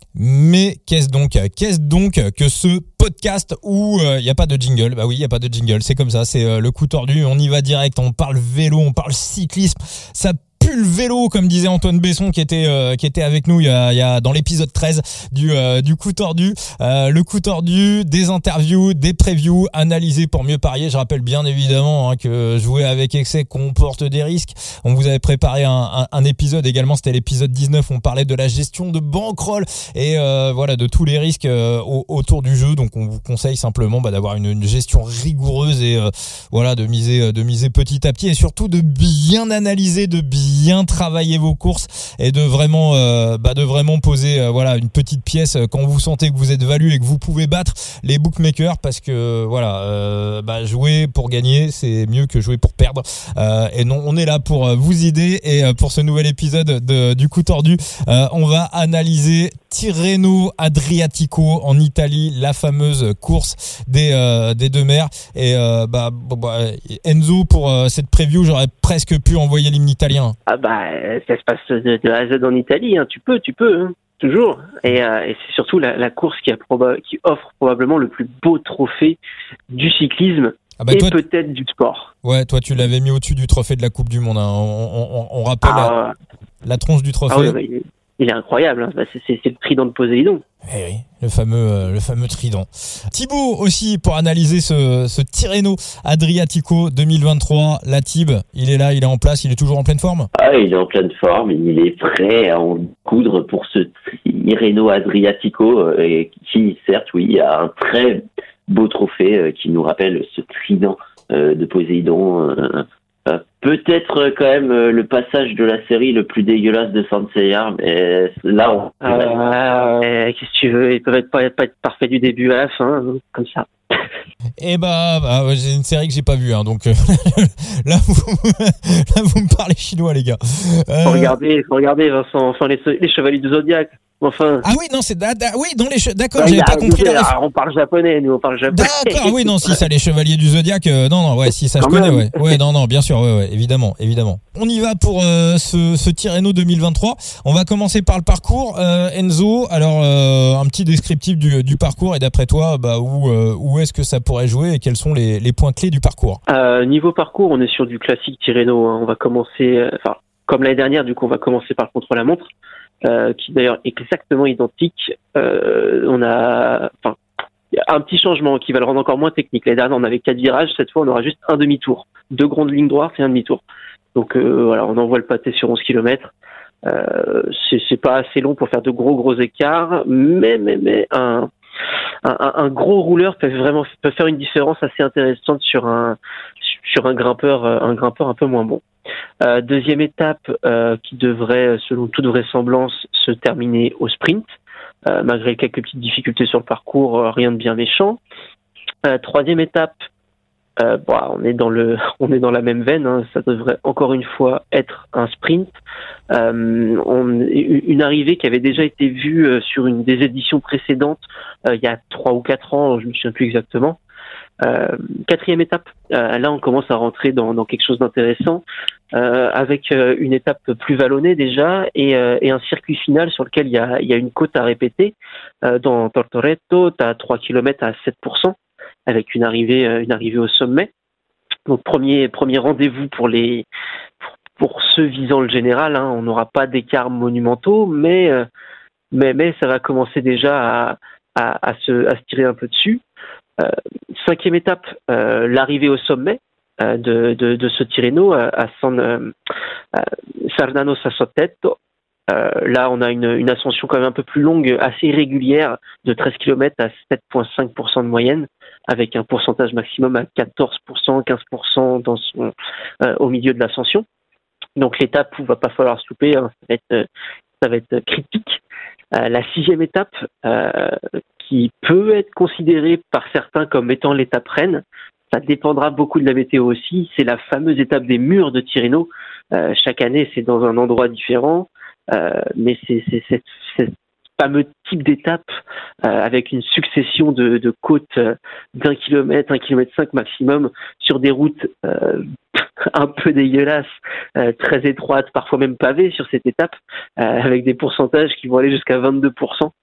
Mais qu'est-ce donc que ce podcast où il y a pas de jingle? Bah oui, il y a pas de jingle, c'est comme ça, c'est le coup tordu, on y va direct, on parle vélo, on parle cyclisme, ça pue le vélo comme disait Antoine Besson qui était avec nous il y a dans l'épisode 13 du coup tordu, le coup tordu, des interviews, des previews, analysés pour mieux parier. Je rappelle bien évidemment que jouer avec excès comporte des risques. On vous avait préparé un épisode également, c'était l'épisode 19, on parlait de la gestion de bankroll et voilà, de tous les risques autour du jeu. Donc on vous conseille simplement d'avoir une gestion rigoureuse et voilà, de miser petit à petit et surtout de bien analyser, de bien travailler vos courses et de vraiment poser voilà, une petite pièce quand vous sentez que vous êtes valu et que vous pouvez battre les bookmakers, parce que voilà, jouer pour gagner c'est mieux que jouer pour perdre, et non, on est là pour vous aider. Et pour ce nouvel épisode du coup tordu, on va analyser Tirreno Adriatico en Italie, la fameuse course des deux mers. Et Enzo, pour cette preview, j'aurais presque pu envoyer l'hymne italien. Ah ça se passe de A à Z en Italie, hein. Tu peux, hein, toujours. Et c'est surtout la course qui offre probablement le plus beau trophée du cyclisme. Toi, peut-être du sport. Ouais, toi tu l'avais mis au-dessus du trophée de la Coupe du Monde, hein. On rappelle la tronche du trophée. Il est incroyable, hein. C'est le trident de Poséidon. Eh oui, le fameux trident. Thibaut aussi pour analyser ce Tirreno Adriatico 2023. La Thib, il est là, il est en place, il est toujours en pleine forme. Ah, il est en pleine forme, il est prêt à en coudre pour ce Tirreno Adriatico, et qui certes, oui, a un très beau trophée qui nous rappelle ce trident de Poséidon. Peut-être quand même le passage de la série le plus dégueulasse de Saint-Seiya, mais là qu'est-ce que tu veux, ils peuvent pas être parfaits du début à la fin, comme ça. Et c'est une série que j'ai pas vue, hein, donc là vous me parlez chinois, les gars. Faut regarder Vincent, enfin les Chevaliers du Zodiac. Enfin. Ah oui, non, c'est oui, dans les d'accord, j'avais pas compris la référence. On parle japonais, nous on parle japonais. D'accord, oui, non, si ça, les Chevaliers du Zodiac, non, ouais, si ça je connais, ouais. Ouais, non, bien sûr, ouais, évidemment. On y va pour ce Tirreno 2023. On va commencer par le parcours. Enzo, alors un petit descriptif du parcours, et d'après toi, où est-ce que ça pourrait jouer et quels sont les points clés du parcours? Niveau parcours, on est sur du classique Tirreno, hein. On va commencer, comme l'année dernière, du coup, on va commencer par le contre-la-montre. Qui d'ailleurs est exactement identique. Il y a un petit changement qui va le rendre encore moins technique. L'année dernière, on avait 4 virages. Cette fois, on aura juste un demi-tour. 2 grandes lignes droites et un demi-tour. Donc voilà, on envoie le pâté sur 11 km. C'est pas assez long pour faire de gros écarts, mais un gros rouleur peut faire une différence assez intéressante sur un grimpeur un peu moins bon. Deuxième étape qui devrait, selon toute vraisemblance, se terminer au sprint, malgré quelques petites difficultés sur le parcours, rien de bien méchant. Troisième étape, on est dans la même veine, hein, ça devrait encore une fois être un sprint. Une arrivée qui avait déjà été vue sur une des éditions précédentes, il y a 3 ou 4 ans, je me souviens plus exactement. Quatrième étape, là on commence à rentrer dans quelque chose d'intéressant, avec une étape plus vallonnée déjà et un circuit final sur lequel il y a une côte à répéter. Dans Tortoretto, tu as 3 km à 7%, avec une arrivée au sommet. Donc premier rendez-vous pour ceux visant le général, hein. On n'aura pas d'écarts monumentaux, mais ça va commencer déjà à se tirer un peu dessus. Cinquième étape, l'arrivée au sommet de ce Tirreno à Sarnano Sassotetto. Là, on a une ascension quand même un peu plus longue, assez irrégulière, de 13 km à 7,5% de moyenne, avec un pourcentage maximum à 14%, 15% au milieu de l'ascension. Donc l'étape où il va pas falloir se louper, hein, ça va être critique. La sixième étape, qui peut être considérée par certains comme étant l'étape reine, ça dépendra beaucoup de la météo aussi, c'est la fameuse étape des murs de Tirreno. Chaque année, c'est dans un endroit différent, mais c'est ce fameux type d'étape avec une succession de côtes d'1 km, 1,5 km maximum, sur des routes un peu dégueulasses, très étroites, parfois même pavées sur cette étape, avec des pourcentages qui vont aller jusqu'à 22%.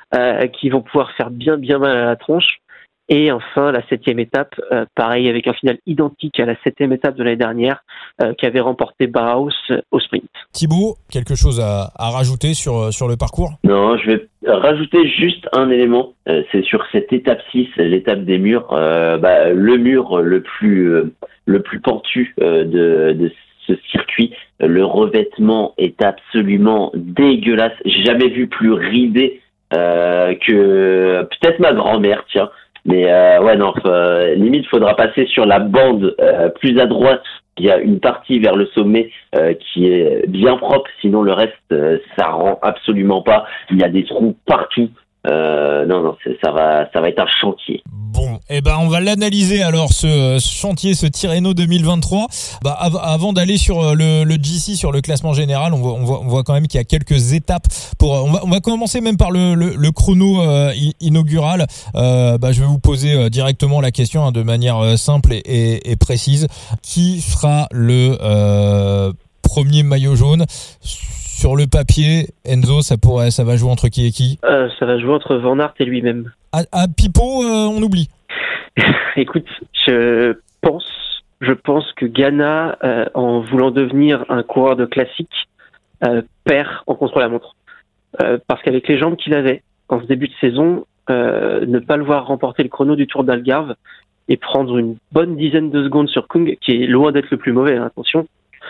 qui vont pouvoir faire bien mal à la tronche. Et enfin, la 7e étape, pareil, avec un final identique à la 7e étape de l'année dernière, qu'avait remporté Bauhaus au sprint. Thibaut, quelque chose à rajouter sur le parcours ? Non, je vais rajouter juste un élément. C'est sur cette étape 6, l'étape des murs, le mur le plus pentu de ce circuit. Le revêtement est absolument dégueulasse. J'ai jamais vu plus ridé que peut-être ma grand-mère, tiens. Mais limite faudra passer sur la bande plus à droite. Il y a une partie vers le sommet qui est bien propre, sinon le reste ça rend absolument pas. Il y a des trous partout. Ça va être un chantier. Bon, on va l'analyser alors ce chantier, ce Tirreno 2023. Avant d'aller sur le GC, sur le classement général, on voit quand même qu'il y a quelques étapes. On va commencer même par le chrono inaugural. Je vais vous poser directement la question de manière simple et précise. Qui sera le premier maillot jaune? Sur le papier, Enzo, ça va jouer entre qui et qui? Ça va jouer entre Van Aert et lui-même. Pipo, on oublie. Écoute, je pense que Ganna, en voulant devenir un coureur de classique, perd en contre-la-montre. Parce qu'avec les jambes qu'il avait en ce début de saison, ne pas le voir remporter le chrono du Tour d'Algarve et prendre une bonne dizaine de secondes sur Kung, qui est loin d'être le plus mauvais, attention,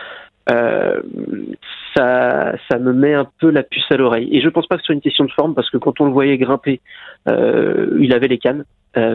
ça me met un peu la puce à l'oreille. Et je pense pas que ce soit une question de forme, parce que quand on le voyait grimper, il avait les cannes.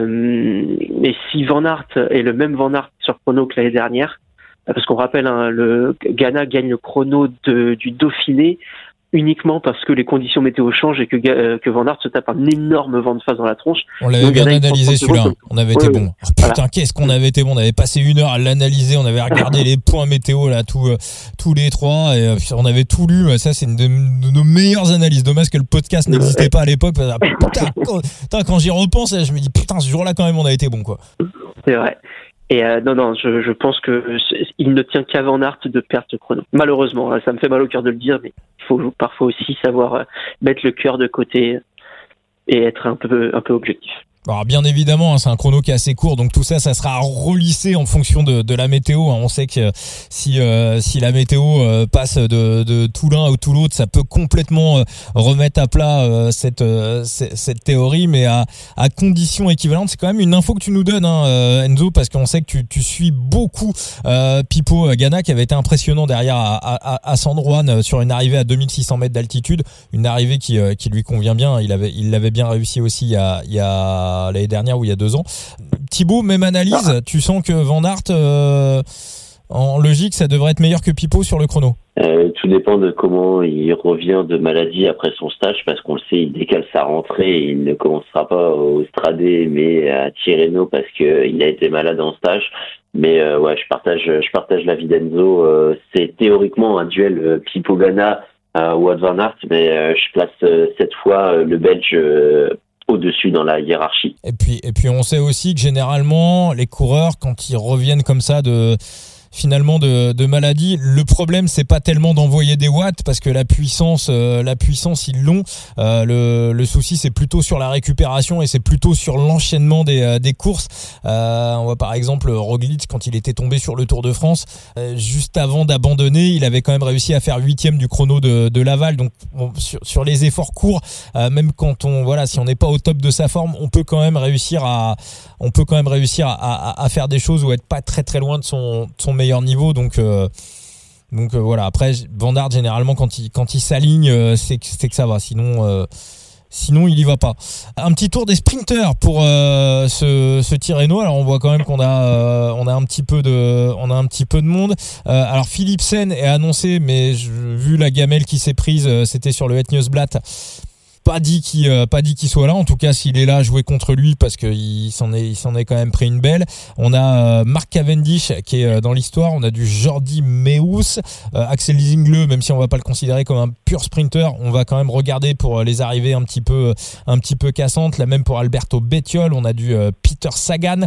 Et si Van Aert est le même Van Aert sur chrono que l'année dernière, parce qu'on rappelle, le Ganna gagne le chrono du Dauphiné uniquement parce que les conditions météo changent et que Van Aert se tape un énorme vent de face dans la tronche. On l'avait bien analysé celui-là, on avait été bon. Qu'est-ce qu'on avait été bon, on avait passé 1 heure à l'analyser, on avait regardé les points météo là tous les trois et on avait tout lu. Ça c'est une de nos meilleures analyses. Dommage que le podcast n'existait pas à l'époque. Quand j'y repense, je me dis putain, ce jour-là quand même on a été bon quoi. C'est vrai. Et je pense que il ne tient qu'à Van Aert de perdre ce chrono. Malheureusement, ça me fait mal au cœur de le dire, mais il faut parfois aussi savoir mettre le cœur de côté et être un peu objectif. Alors bien évidemment, c'est un chrono qui est assez court, donc tout ça sera relissé en fonction de la météo. On sait que si la météo passe de tout l'un ou tout l'autre, ça peut complètement remettre à plat cette théorie, mais à conditions équivalentes. C'est quand même une info que tu nous donnes, Enzo, parce qu'on sait que tu suis beaucoup Pipo Ganna, qui avait été impressionnant derrière à San Juan sur une arrivée à 2600 mètres d'altitude, une arrivée qui lui convient bien. Il l'avait bien réussi aussi il y a l'année dernière ou il y a 2 ans. Thibaut, même analyse, tu sens que Van Aert, en logique, ça devrait être meilleur que Pipo sur le chrono? Tout dépend de comment il revient de maladie après son stage, parce qu'on le sait, il décale sa rentrée et il ne commencera pas au Stradé mais à Tirreno parce qu'il a été malade en stage. Mais je partage l'avis d'Enzo. C'est théoriquement un duel Pipo-Ganna ou Van Aert, mais je place cette fois le Belge au-dessus dans la hiérarchie. Et puis on sait aussi que généralement les coureurs, quand ils reviennent comme ça de maladie, le problème c'est pas tellement d'envoyer des watts, parce que la puissance ils l'ont. Le souci c'est plutôt sur la récupération et c'est plutôt sur l'enchaînement des courses. On voit par exemple Roglic, quand il était tombé sur le Tour de France, juste avant d'abandonner, il avait quand même réussi à faire 8e du chrono de Laval. Donc sur les efforts courts, même quand si on n'est pas au top de sa forme, on peut quand même réussir à faire des choses ou être pas très très loin de son meilleur niveau. Donc voilà. Après, Van Aert généralement quand il s'aligne, c'est que ça va. Sinon il y va pas. Un petit tour des sprinters pour ce Tirreno. Alors on voit quand même qu'on a un petit peu de monde. Alors Philipsen est annoncé, mais vu la gamelle qui s'est prise, c'était sur le Het Nieuwsblad. Pas dit qu'il soit là. En tout cas, s'il est là, jouer contre lui, parce qu'il s'en est quand même pris une belle. On a Mark Cavendish qui est dans l'histoire. On a du Jordi Meeus, Axel Zingle, même si on va pas le considérer comme un pur sprinter, on va quand même regarder pour les arrivées un petit peu cassantes. Là même pour Alberto Bettiol, on a du Peter Sagan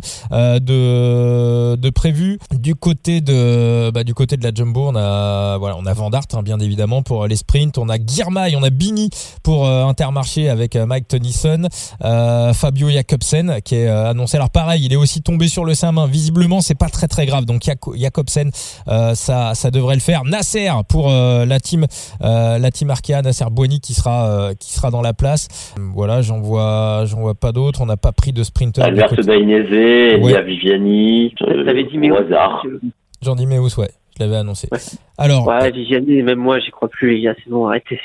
de prévu. Du côté de la Jumbo, on a Van Aert, bien évidemment pour les sprints. On a Girmay, on a Bini pour Intermarché. Intermarché avec Mike Tennyson, Fabio Jakobsen qui est annoncé. Alors pareil, il est aussi tombé sur le sein-main. Visiblement, c'est pas très très grave. Donc Jakobsen, ça devrait le faire. Nasser pour la team Arkea, Nasser Bouhanni qui sera dans la place. Voilà, j'en vois pas d'autres. On n'a pas pris de sprinter. Alberto Dainese, Elia Viviani, t'avais dit au hasard. Jordi Meus, ouais, je l'avais annoncé. Ouais. Alors, Viviani, même moi, j'y crois plus, les gars. C'est bon, arrêtez.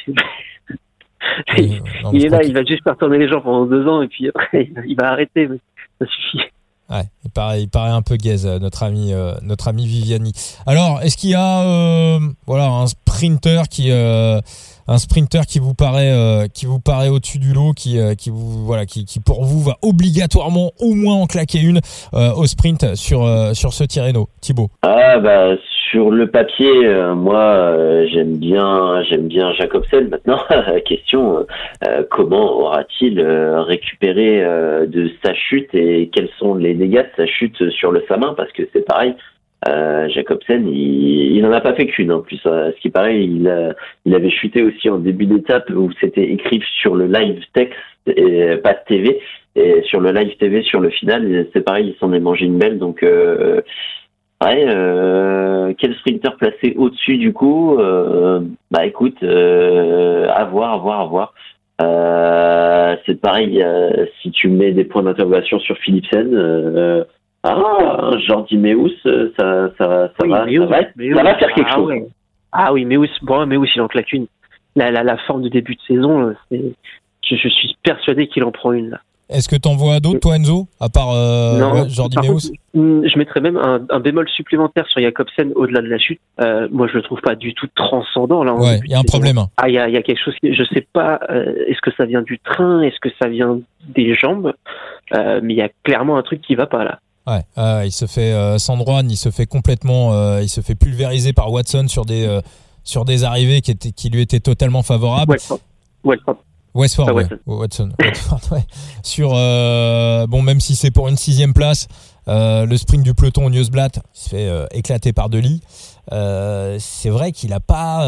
non, il est là, il va juste faire tourner les gens pendant 2 ans et puis après, il va arrêter. Mais ça suffit. Ouais, il paraît un peu gaze, notre ami Viviani. Alors, est-ce qu'il y a un sprinter qui vous paraît au-dessus du lot, qui pour vous va obligatoirement au moins en claquer une au sprint sur ce Tirreno, Thibaut? Sur le papier, moi j'aime bien Jakobsen. Maintenant, la question, comment aura-t-il récupéré de sa chute et quels sont les dégâts de sa chute sur le Samin, parce que c'est pareil. Jakobsen, il n'en a pas fait qu'une en plus. Ce qui paraît, il avait chuté aussi en début d'étape où c'était écrit sur le live text et pas de TV. Et sur le live TV, sur le final, c'est pareil, il s'en est mangé une belle. Donc, quel sprinter placé au-dessus du coup écoute, à voir. C'est pareil, si tu mets des points d'interrogation sur Philipsen. Jordi Meus, ça va faire quelque chose. Ouais. Ah oui, Meus, il en claque une. La forme de début de saison, je suis persuadé qu'il en prend une là. Est-ce que t'en vois d'autres, toi, Enzo, à part Jordi Meus? Je mettrais même un bémol supplémentaire sur Jakobsen au-delà de la chute. Moi, je le trouve pas du tout transcendant là. Ouais, il y a un problème. Il y a quelque chose. Je sais pas. Est-ce que ça vient du train? Est-ce que ça vient des jambes? Mais il y a clairement un truc qui va pas là. Ouais, il se fait Sandroine, il se fait complètement, il se fait pulvériser par Watson sur des arrivées qui lui étaient totalement favorables. Watson, ouais. Sur même si c'est pour une 6e place, le sprint du peloton au Newsblatt, il se fait éclater par Dely. C'est vrai qu'il a pas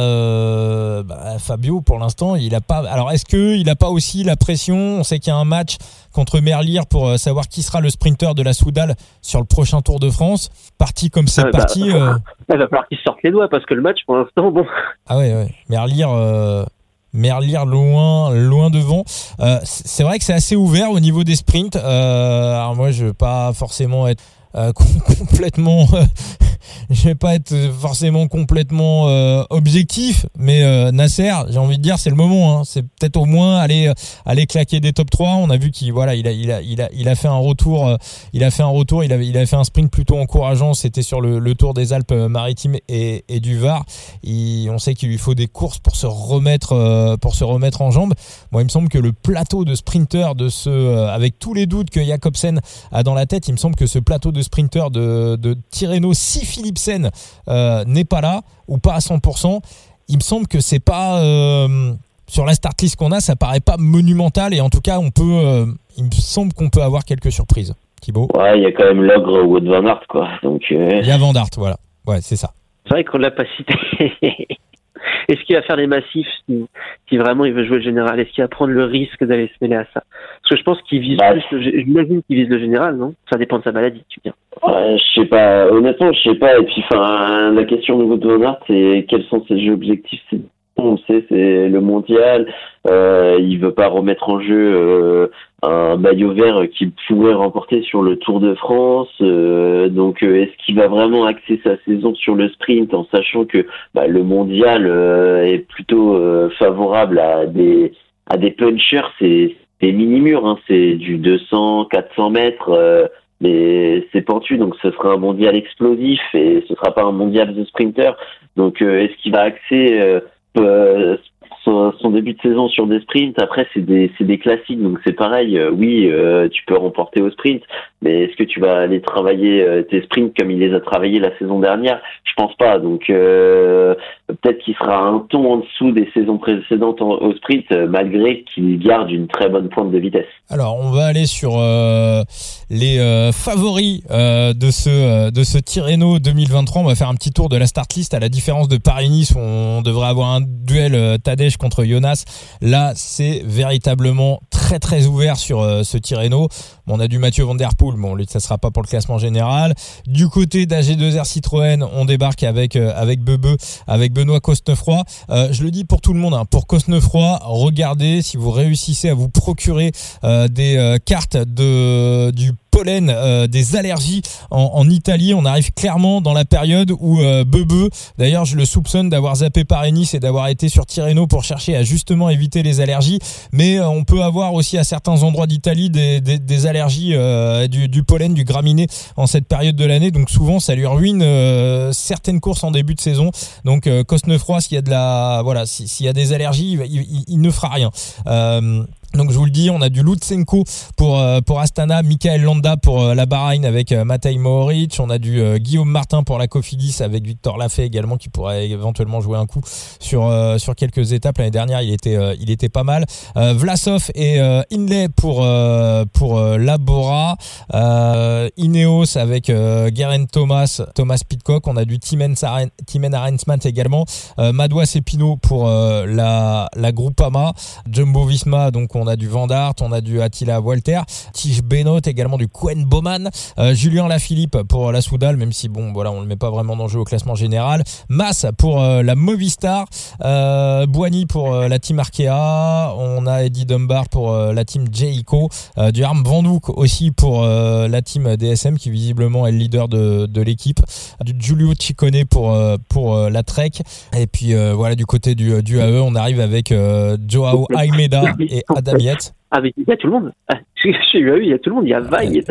Fabio pour l'instant, il a pas. Alors est-ce que il a pas aussi la pression? On sait qu'il y a un match contre Merlier pour savoir qui sera le sprinter de la Soudal sur le prochain Tour de France. Parti comme c'est parti. Il va falloir qu'il sorte les doigts parce que le match pour l'instant, bon. Ah ouais. Merlier loin devant. C'est vrai que c'est assez ouvert au niveau des sprints. Alors moi, je veux pas forcément être complètement je vais pas être forcément complètement objectif, mais Nasser, j'ai envie de dire, c'est le moment, hein. C'est peut-être au moins aller claquer des top 3. On a vu qu'il il a fait un retour, il avait fait un sprint plutôt encourageant, c'était sur le Tour des Alpes-Maritimes et du Var. On sait qu'il lui faut des courses pour se remettre en jambes. Moi, il me semble que le plateau de sprinter avec tous les doutes que Jakobsen a dans la tête, il me semble que ce plateau de sprinter de Tirreno, si Philipsen n'est pas là ou pas à 100%, il me semble que c'est pas sur la start list qu'on a, ça paraît pas monumental, et en tout cas il me semble qu'on peut avoir quelques surprises. Thibaut? Ouais, il y a quand même l'ogre Wout van Aert, quoi. Donc il y a Van Aert, voilà. Ouais, c'est ça. C'est vrai qu'on l'a pas cité. Est-ce qu'il va faire des massifs si vraiment il veut jouer le général? Est-ce qu'il va prendre le risque d'aller se mêler à ça? Parce que je pense qu'il vise j'imagine qu'il vise le général, non? Ça dépend de sa maladie, tu viens. Ouais, je sais pas. Honnêtement, je sais pas. Et puis, la question de Wout van Aert, c'est quels sont ses objectifs? On sait, c'est le mondial. Il veut pas remettre en jeu un maillot vert qu'il pourrait remporter sur le Tour de France. Donc, est-ce qu'il va vraiment axer sa saison sur le sprint en sachant que le mondial est plutôt favorable à des punchers? C'est mini-murs, hein, c'est du 200, 400 mètres. Mais c'est pentu, donc ce sera un mondial explosif et ce sera pas un mondial de sprinter. Donc, est-ce qu'il va axer son début de saison sur des sprints? Après, c'est des classiques, donc c'est pareil. Oui, tu peux remporter au sprint, Mais est-ce que tu vas aller travailler tes sprints comme il les a travaillés la saison dernière? Je pense pas. Donc peut-être qu'il sera un ton en dessous des saisons précédentes au sprint, malgré qu'il garde une très bonne pointe de vitesse. Alors, on va aller sur les favoris de ce Tirreno 2023. On va faire un petit tour de la start list. À la différence de Paris-Nice, où on devrait avoir un duel Tadej contre Jonas. Là, c'est véritablement très très ouvert sur ce Tirreno. Bon, on a du Mathieu Van Der Poel. Bon, lui, ça sera pas pour le classement général. Du côté d'AG2R Citroën, on débarque avec Bebe, avec Benoît Cosnefroy. Je le dis pour tout le monde, hein, pour Cosnefroy, regardez si vous réussissez à vous procurer des cartes du pollen, des allergies en Italie. On arrive clairement dans la période où Bebe, d'ailleurs je le soupçonne d'avoir zappé Paris-Nice et d'avoir été sur Tirreno pour chercher à justement éviter les allergies, mais on peut avoir aussi à certains endroits d'Italie des allergies du pollen, du graminé en cette période de l'année, donc souvent ça lui ruine certaines courses en début de saison. Donc Cosnefroy, s'il y a des allergies, il ne fera rien. Donc je vous le dis, on a du Lutsenko pour Astana, Michael Landa pour la Bahreïn avec Matej Mohoric, on a du Guillaume Martin pour la Cofidis avec Victor Lafay également qui pourrait éventuellement jouer un coup sur quelques étapes. L'année dernière, il était pas mal. Vlasov et Hindley pour Labora, Ineos avec Geraint Thomas Pidcock, on a du Timen Arensman également, Madouas et Pinot pour la Groupama, Jumbo Visma, donc on a du Van Aert, on a du Attila Walter, Tige Benoît également, du Koen Bowman, Julien Lafilippe pour la Soudal, même si bon voilà on le met pas vraiment en jeu au classement général, Mas pour la Movistar, Boigny pour la team Arkea, on a Eddie Dunbar pour la team Jayco, du Harm Van Hoek aussi pour la team DSM qui visiblement est le leader de l'équipe, du Giulio Ciccone pour la Trek, et puis voilà du côté du AE on arrive avec Joao Almeida et Adam Yates. Ah mais il y a tout le monde. Chez UAE il y a tout le monde. Il y a Vaille, il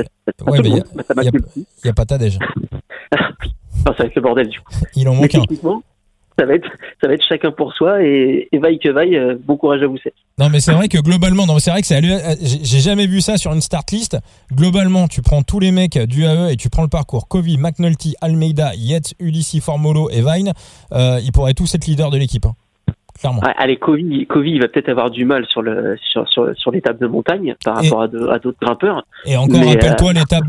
y a pas Tadej. Ça va être le bordel du coup. Il en manque un. Ça va être chacun pour soi et vaille que vaille, bon courage à vous. Non mais c'est vrai que globalement, j'ai jamais vu ça sur une start list. Globalement, tu prends tous les mecs du AE et tu prends le parcours Covey, McNulty, Almeida, Yates, Ulissi, Formolo et Vine, ils pourraient tous être leaders de l'équipe. Hein. Clairement. Allez, Covey, il va peut-être avoir du mal sur l'étape de montagne par rapport à d'autres grimpeurs. Et encore, rappelle-toi l'étape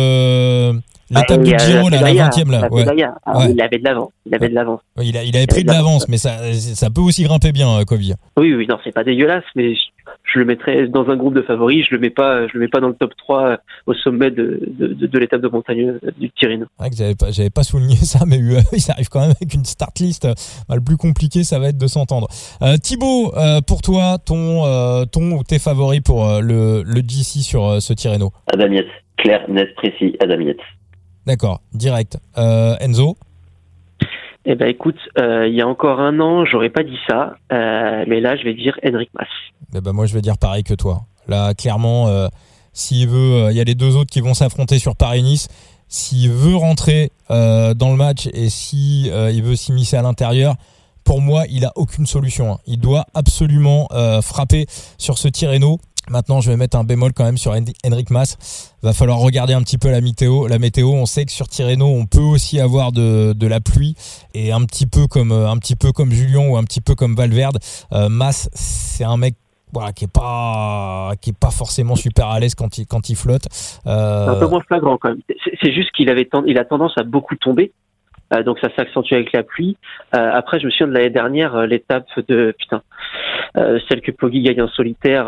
du Giro, la 20e là. Ouais. Il avait de l'avance. Il avait pris de l'avance, mais ça peut aussi grimper bien, Covey. Oui, non, c'est pas dégueulasse, mais je le mettrais dans un groupe de favoris. Je le mets pas dans le top 3 au sommet de l'étape de montagne du Tirreno. C'est vrai que j'avais pas souligné ça, mais il arrive quand même avec une start list. Le plus compliqué, ça va être de s'entendre. Thibaut, pour toi, ton ou tes favoris pour le GC sur ce Tirreno? Adam Yates, clair, net, précis, Adam Yates. D'accord, direct. Enzo? Eh ben écoute, il y a encore un an, j'aurais pas dit ça, mais là je vais dire Enric Mas. Moi je vais dire pareil que toi. Là clairement, s'il veut, il y a les deux autres qui vont s'affronter sur Paris-Nice. S'il veut rentrer dans le match et si il veut s'immiscer à l'intérieur, pour moi il a aucune solution. Hein. Il doit absolument frapper sur ce Tirreno. Maintenant, je vais mettre un bémol quand même sur Enric Mas. Va falloir regarder un petit peu la météo. On sait que sur Tirreno, on peut aussi avoir de la pluie et un petit peu comme Julien ou un petit peu comme Valverde. Mas, c'est un mec qui est pas forcément super à l'aise quand il flotte. C'est un peu moins flagrant quand même. C'est juste qu'il a tendance à beaucoup tomber. Donc ça s'accentue avec la pluie. Après, je me souviens de l'année dernière, l'étape de celle que Poggi gagne en solitaire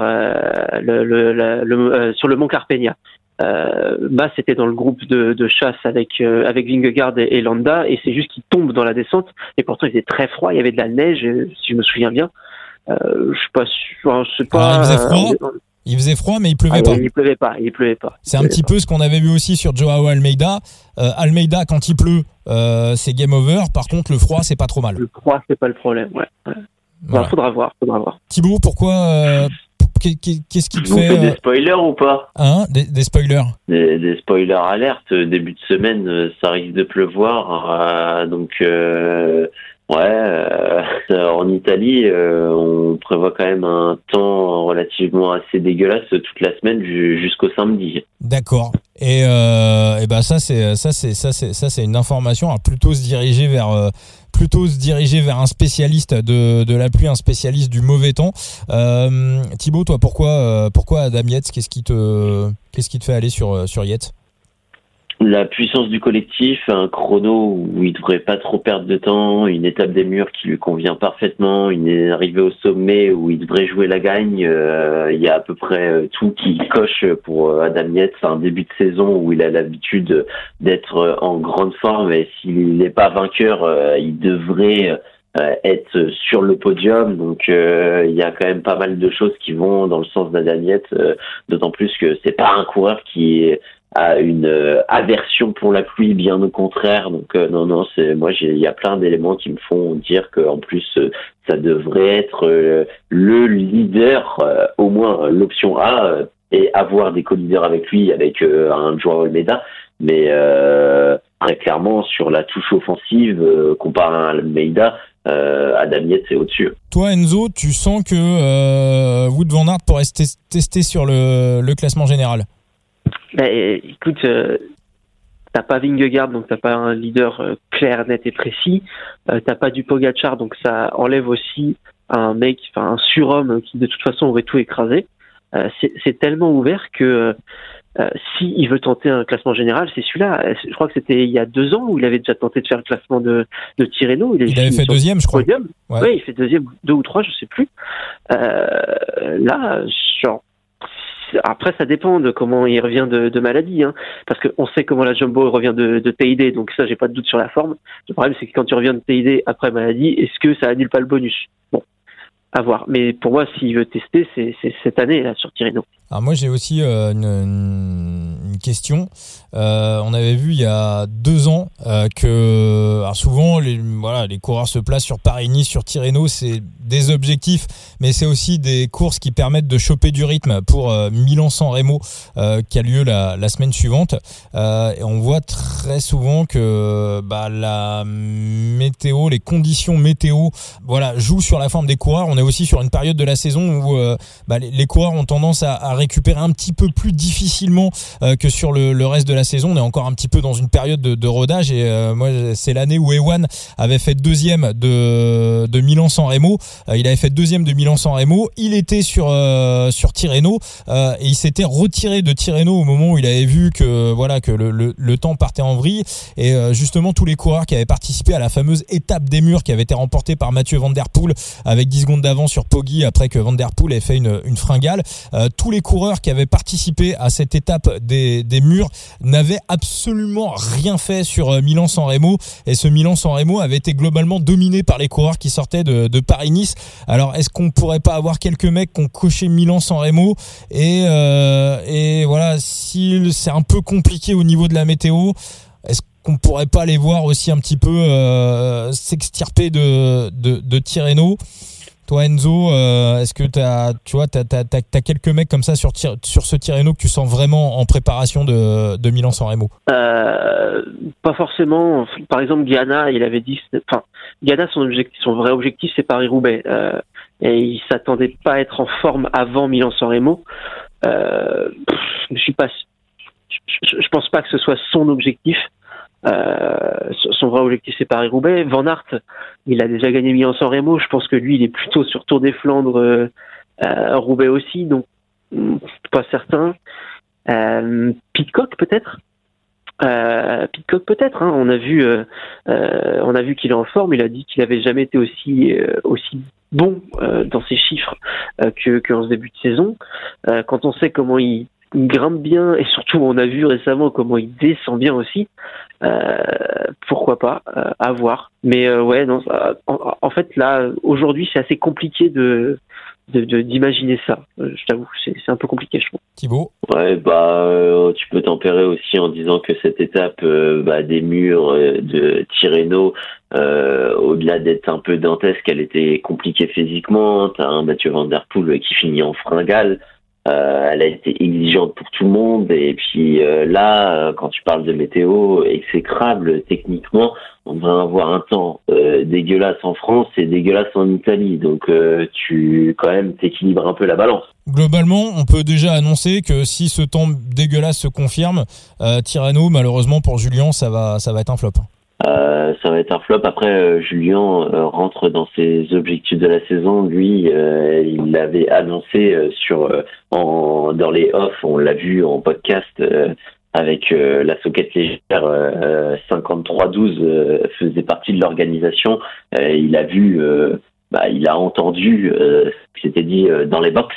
sur le Mont Carpegna. Mas était dans le groupe de chasse avec Vingegaard et Landa, et c'est juste qu'il tombe dans la descente. Et pourtant, il faisait très froid, il y avait de la neige, si je me souviens bien. Je suis pas sûr. C'est pas. Il faisait froid, mais il pleuvait pas. Il pleuvait pas. C'est un petit peu ce qu'on avait vu aussi sur Joao Almeida. Almeida, quand il pleut, c'est game over. Par contre, le froid, c'est pas trop mal. Le froid, c'est pas le problème, ouais. Voilà. Faudra voir. Thibaut, pourquoi qu'est-ce qui te fait... On fait des spoilers ou pas? Des spoilers. Des spoilers alertes. Début de semaine, ça risque de pleuvoir. En Italie, on prévoit quand même un temps relativement assez dégueulasse toute la semaine jusqu'au samedi. D'accord. Et bah ça c'est une information à plutôt se diriger vers un spécialiste de la pluie, un spécialiste du mauvais temps. Thibaut, toi pourquoi Adam Yates, qu'est-ce qui te fait aller sur Yates? La puissance du collectif, un chrono où il devrait pas trop perdre de temps, une étape des murs qui lui convient parfaitement, une arrivée au sommet où il devrait jouer la gagne. Il y a à peu près tout qui coche pour Adam Yates. Un début de saison où il a l'habitude d'être en grande forme et s'il n'est pas vainqueur, il devrait être sur le podium. Donc il y a quand même pas mal de choses qui vont dans le sens d'Adam Yates, d'autant plus que c'est pas un coureur qui a une aversion pour la pluie, bien au contraire. Donc non, il y a plein d'éléments qui me font dire que en plus ça devrait être le leader, au moins l'option A, et avoir des co-leaders avec lui, avec un Joao Almeida. Mais très clairement sur la touche offensive, comparé à Almeida, Adam Yates est au-dessus. Toi Enzo, tu sens que Wout van Aert pourrait se tester sur le classement général? Bah, écoute, t'as pas Vingegaard, donc t'as pas un leader clair, net et précis. T'as pas du Pogacar, donc ça enlève aussi un surhomme qui de toute façon aurait tout écrasé. C'est tellement ouvert que si il veut tenter un classement général, c'est celui-là. Je crois que c'était il y a 2 ans où il avait déjà tenté de faire le classement de Tirreno. Il avait fait deuxième, je crois. Ouais, il fait deuxième, 2 ou 3, je sais plus. Là, genre. Après, ça dépend de comment il revient de maladie, hein, parce qu'on sait comment la Jumbo revient de TID, donc ça, j'ai pas de doute sur la forme. Le problème, c'est que quand tu reviens de TID après maladie, est-ce que ça annule pas le bonus? Bon, à voir. Mais pour moi, s'il veut tester, c'est cette année là sur Tirreno. Alors moi, j'ai aussi une question. On avait vu il y a 2 ans que alors souvent les coureurs se placent sur Paris-Nice, sur Tirreno, c'est des objectifs, mais c'est aussi des courses qui permettent de choper du rythme pour Milan-San Remo qui a lieu la semaine suivante. Et on voit très souvent que la météo, les conditions météo, jouent sur la forme des coureurs. On est aussi sur une période de la saison où les coureurs ont tendance à récupérer un petit peu plus difficilement que sur le reste de la saison. On est encore un petit peu dans une période de rodage et moi c'est l'année où Ewan avait fait deuxième de Milan-San Remo. Il avait fait deuxième de Milan-San Remo. Il était sur Tirreno et il s'était retiré de Tirreno au moment où il avait vu que le temps partait en vrille. Et justement tous les coureurs qui avaient participé à la fameuse étape des murs qui avait été remportée par Mathieu Van Der Poel avec 10 secondes d'avance sur Poggi après que Van Der Poel ait fait une fringale. Tous les coureurs qui avaient participé à cette étape des murs n'avaient absolument rien fait sur Milan-San Remo, et ce Milan-San Remo avait été globalement dominé par les coureurs qui sortaient de Paris-Nice. Alors est-ce qu'on pourrait pas avoir quelques mecs qui ont coché Milan-San Remo et voilà, si c'est un peu compliqué au niveau de la météo, est-ce qu'on pourrait pas les voir aussi un petit peu s'extirper de Tirreno? Toi Enzo, est-ce que t'as quelques mecs comme ça sur ce Tirreno que tu sens vraiment en préparation de Milan-San Remo? Pas forcément. Par exemple, Ghana, il avait dit, Ghana, son vrai objectif, c'est Paris-Roubaix, et il s'attendait pas à être en forme avant Milan-San Remo. Je pense pas que ce soit son objectif. Son vrai objectif c'est Paris-Roubaix. Van Aert, il a déjà gagné Milan-San Remo. Je pense que lui il est plutôt sur Tour des Flandres, Roubaix aussi, donc pas certain. Pidcock peut-être. Hein. On a vu qu'il est en forme. Il a dit qu'il avait jamais été aussi bon dans ses chiffres qu'en ce début de saison. Quand on sait comment il grimpe bien, et surtout on a vu récemment comment il descend bien aussi, pourquoi pas, à voir. Mais en fait là aujourd'hui c'est assez compliqué d'imaginer ça. Je t'avoue, c'est un peu compliqué, je trouve. Thibaut? Ouais, tu peux tempérer aussi en disant que cette étape des murs de Tirreno, au-delà d'être un peu dantesque, elle était compliquée physiquement. T'as un Mathieu Van Der Poel qui finit en fringale. Elle a été exigeante pour tout le monde. Et puis là, quand tu parles de météo exécrable, techniquement, on va avoir un temps dégueulasse en France et dégueulasse en Italie. Donc tu quand même t'équilibres un peu la balance. Globalement, on peut déjà annoncer que si ce temps dégueulasse se confirme, Tirreno, malheureusement pour Julien, ça va être un flop. Ça va être un flop. Après, Julien rentre dans ses objectifs de la saison. Lui, il l'avait annoncé dans les off. On l'a vu en podcast avec la Soquette Légère 53-12 faisait partie de l'organisation. Il a vu, il a entendu ce qui s'était dit dans les box.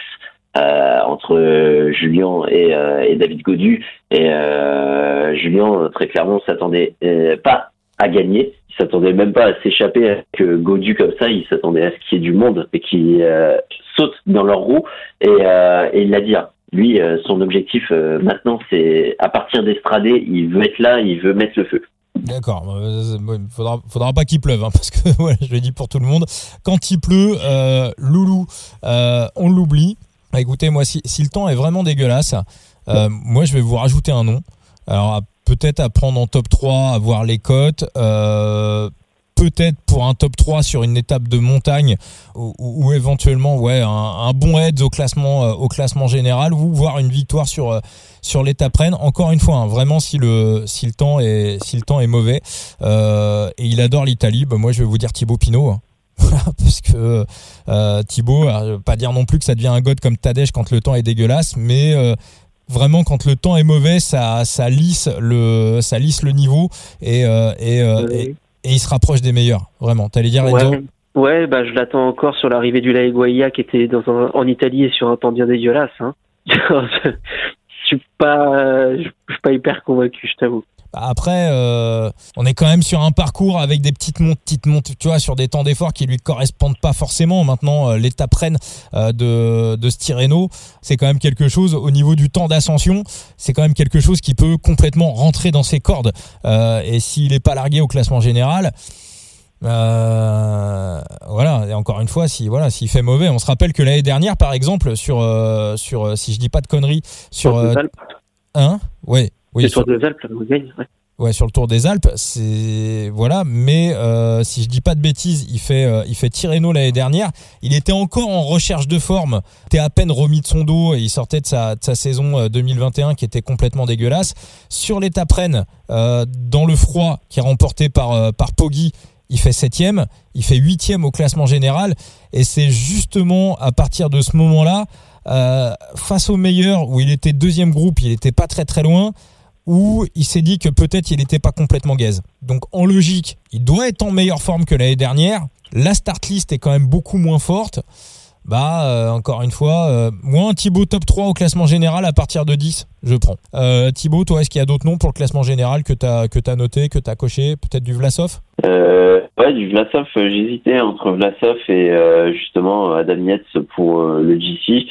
Entre Julien et David Gaudu. Et Julien, très clairement, s'attendait pas à gagner. Il s'attendait même pas à s'échapper avec Gaudu comme ça. Il s'attendait à ce qu'il y ait du monde et qui saute dans leur roue. Et il l'a dit. Lui, son objectif maintenant, c'est à partir d'Estradé, il veut être là, il veut mettre le feu. D'accord, faudra pas qu'il pleuve, parce que je le dis pour tout le monde. Quand il pleut, Loulou, on l'oublie. Écoutez, moi, si le temps est vraiment dégueulasse, moi, je vais vous rajouter un nom. Alors, peut-être à prendre en top 3, à voir les cotes. Peut-être pour un top 3 sur une étape de montagne ou éventuellement un bon head au classement général ou voir une victoire sur l'étape Rennes. Encore une fois, vraiment si le temps est mauvais et il adore l'Italie, moi je vais vous dire Thibaut Pinot. Parce que Thibaut, pas dire non plus que ça devient un god comme Tadej quand le temps est dégueulasse, mais vraiment quand le temps est mauvais, ça lisse le niveau et il se rapproche des meilleurs. Vraiment. T'allais dire Enzo ? Ouais, je l'attends encore sur l'arrivée du Laiguaia qui était en Italie et sur un temps bien dégueulasse. Je suis pas hyper convaincu, je t'avoue. Après, on est quand même sur un parcours avec des petites montes, tu vois, sur des temps d'effort qui lui correspondent pas forcément. Maintenant, l'étape Rennes de Tirreno, c'est quand même quelque chose au niveau du temps d'ascension, c'est quand même quelque chose qui peut complètement rentrer dans ses cordes. Et s'il est pas largué au classement général, et encore une fois, s'il fait mauvais, on se rappelle que l'année dernière, par exemple, sur si je dis pas de conneries, sur Oui, sur le Tour des Alpes, vous gagnez, Ouais, sur le Tour des Alpes, mais si je dis pas de bêtises, il fait Tirreno l'année dernière. Il était encore en recherche de forme. Il était à peine remis de son dos et il sortait de sa saison 2021 qui était complètement dégueulasse. Sur l'étape Rennes, dans le froid, qui est remporté par Poggi, il fait 7e, il fait 8e au classement général. Et c'est justement à partir de ce moment-là, face aux meilleurs, où il était deuxième groupe, il était pas très très loin, où il s'est dit que peut-être il n'était pas complètement gaze. Donc en logique, il doit être en meilleure forme que l'année dernière. La start list est quand même beaucoup moins forte. Encore une fois, moi un Thibaut top 3 au classement général à partir de 10, je prends. Thibaut, toi, est-ce qu'il y a d'autres noms pour le classement général que t'as noté, que t'as coché? Peut-être du Vlasov? Ouais, du Vlasov, j'hésitais entre Vlasov et justement Adam Yates pour le GC.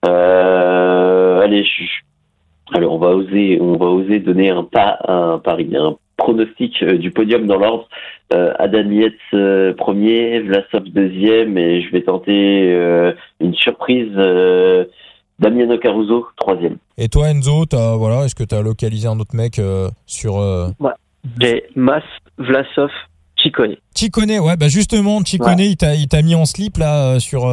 Alors on va oser donner un pari, un pronostic du podium dans l'ordre. Adam Yates premier, Vlasov deuxième, et je vais tenter une surprise, Damiano Caruso troisième. Et toi Enzo, est-ce que tu as localisé un autre mec sur Ouais, j'ai Mas, Vlasov, Ciccone. Ciccone, ouais, justement Ciccone, ouais. il t'a mis en slip là sur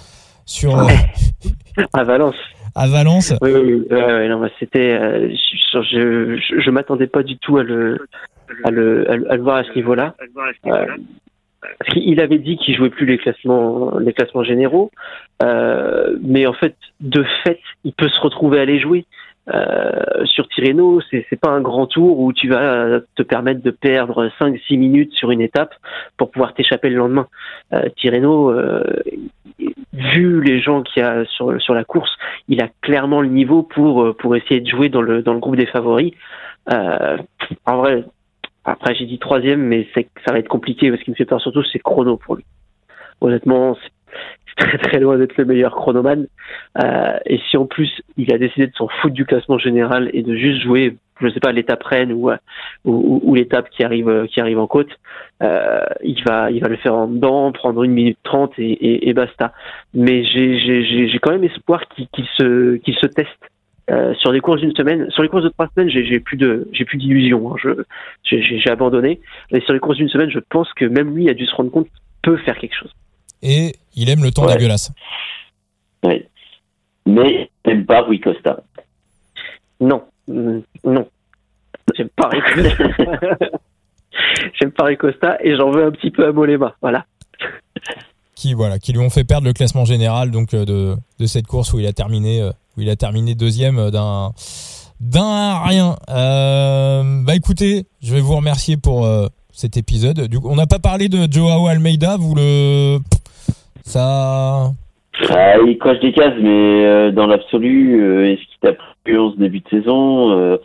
à Valence. À Valence. Oui, non, c'était. Je m'attendais pas du tout à le voir à ce niveau-là. Parce qu'il avait dit qu'il jouait plus les classements généraux, mais en fait, de fait, il peut se retrouver à les jouer. Sur Tirreno, c'est pas un grand tour où tu vas te permettre de perdre 5-6 minutes sur une étape pour pouvoir t'échapper le lendemain. Tirreno, vu les gens qu'il y a sur la course, il a clairement le niveau pour essayer de jouer dans le groupe des favoris. En vrai, après j'ai dit troisième, mais ça va être compliqué parce qu'il me fait peur surtout, c'est chrono pour lui. Honnêtement, très très loin d'être le meilleur chronomane. Et si en plus il a décidé de s'en foutre du classement général et de juste jouer, je sais pas, l'étape reine ou l'étape qui arrive en côte, il va le faire en dedans, prendre 1 minute 30 et basta. Mais j'ai quand même espoir qu'il se teste. Sur les courses d'une semaine, sur les courses de 3 semaines, j'ai plus d'illusions. J'ai abandonné. Mais sur les courses d'une semaine, je pense que même lui a dû se rendre compte qu'il peut faire quelque chose. Et il aime le temps dégueulasse. Oui. Mais il n'aime pas Rui Costa. Non. J'aime pas Rui Costa. J'aime pas Rui Costa et j'en veux un petit peu à Mollema. Voilà. Qui lui ont fait perdre le classement général donc de cette course où il a terminé deuxième d'un rien. Écoutez, je vais vous remercier pour cet épisode. Du coup, on n'a pas parlé de Joao Almeida. Ça. Il coche des cases, mais dans l'absolu, est-ce qu'il t'a plu en ce début de saison?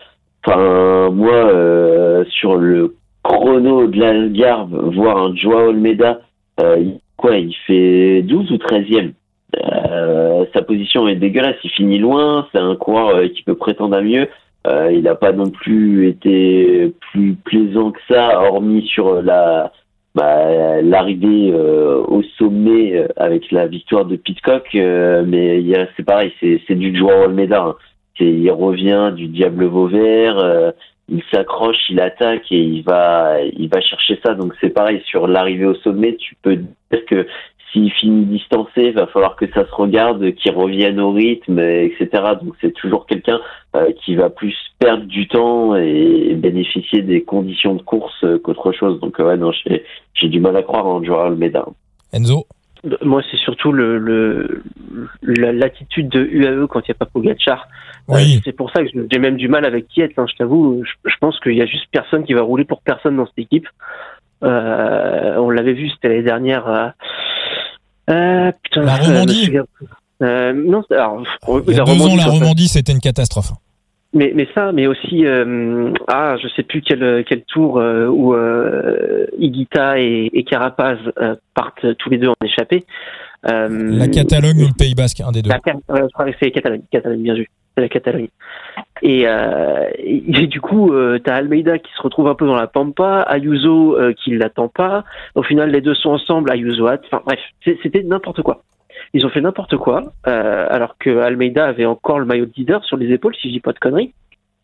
Moi, sur le chrono de l'Algarve, voir un Joao Almeida, il fait 12 ou 13e. Sa position est dégueulasse, il finit loin, c'est un coureur qui peut prétendre à mieux. Il n'a pas non plus été plus plaisant que ça, hormis sur l'arrivée au sommet avec la victoire de Pidcock, mais c'est pareil, c'est du Joao Almeida, hein. Il revient du diable Vauvert, il s'accroche, il attaque et il va chercher ça. Donc c'est pareil, sur l'arrivée au sommet, tu peux dire que s'il finit distancé, il va falloir que ça se regarde, qu'il revienne au rythme, etc. Donc c'est toujours quelqu'un qui va plus perdre du temps et bénéficier des conditions de course qu'autre chose. Donc j'ai du mal à croire en Joao Almeida. Enzo? Moi, c'est surtout l'attitude de UAE quand il n'y a pas Pogačar. Oui. C'est pour ça que j'ai même du mal avec Kiet. Je t'avoue, je pense qu'il y a juste personne qui va rouler pour personne dans cette équipe. On l'avait vu, c'était l'année dernière. La Romandie. Non, alors, il y a 2 ans, la Romandie, c'était une catastrophe. Mais aussi, je sais plus quel tour où Higuita et Carapaz partent tous les deux en échappée. La Catalogne ou le Pays Basque, un des deux. Je crois que c'est Catalogne, bien vu. C'est la Catalogne. Et du coup, t'as Almeida qui se retrouve un peu dans la pampa, Ayuso qui l'attend pas. Au final, les deux sont ensemble, Ayuso hâte. Enfin bref, c'était n'importe quoi. Ils ont fait n'importe quoi, alors que Almeida avait encore le maillot de leader sur les épaules, si je dis pas de conneries.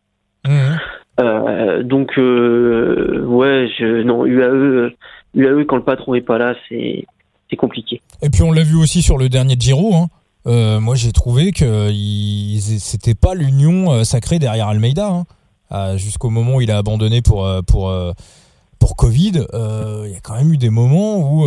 UAE, quand le patron est pas là, c'est compliqué. Et puis on l'a vu aussi sur le dernier Giro, hein. Moi j'ai trouvé que c'était pas l'union sacrée derrière Almeida, hein. Jusqu'au moment où il a abandonné pour Covid. Il y a quand même eu des moments où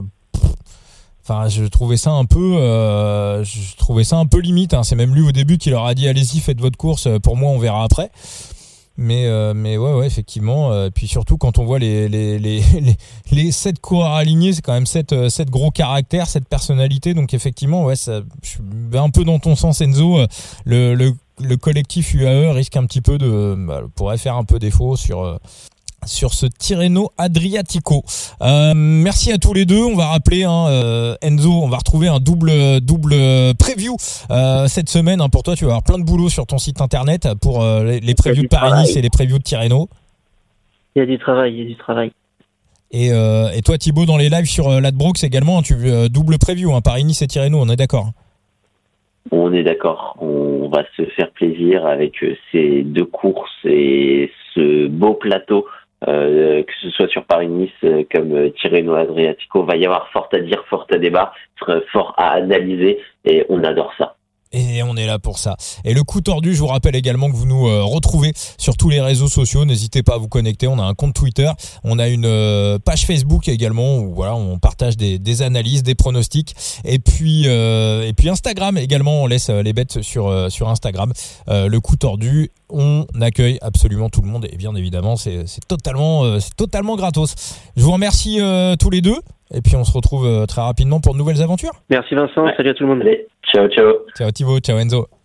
je trouvais ça un peu limite, hein. C'est même lui au début qui leur a dit allez-y, faites votre course, pour moi on verra après. Mais ouais, effectivement. Puis surtout quand on voit les 7 coureurs alignés, c'est quand même 7 gros caractères, 7 personnalités. Donc effectivement, ouais, je suis un peu dans ton sens, Enzo. Le collectif UAE risque un petit peu pourrait faire un peu défaut sur ce Tirreno Adriatico. Merci à tous les deux. On va rappeler, Enzo, on va retrouver un double preview cette semaine. Pour toi, tu vas avoir plein de boulot sur ton site internet pour les previews de Paris-Nice et les previews de Tirreno. Il y a du travail. Et toi, Thibaut, dans les lives sur Ladbrokes également, tu double preview, Paris-Nice et Tirreno, on est d'accord? On est d'accord. On va se faire plaisir avec ces 2 courses et ce beau plateau. Que ce soit sur Paris-Nice comme Tirreno Adriatico, va y avoir fort à dire, fort à débattre, fort à analyser et on adore ça. Et on est là pour ça. Et le coup tordu, je vous rappelle également que vous nous retrouvez sur tous les réseaux sociaux. N'hésitez pas à vous connecter. On a un compte Twitter, on a une page Facebook également où on partage des analyses, des pronostics. Et puis Instagram également. On laisse les bêtes sur Instagram. Le coup tordu, on accueille absolument tout le monde. Et bien évidemment, c'est totalement gratos. Je vous remercie tous les deux. Et puis on se retrouve très rapidement pour de nouvelles aventures. Merci Vincent, salut à tout le monde. Allez, ciao. Ciao Thibaut, ciao Enzo.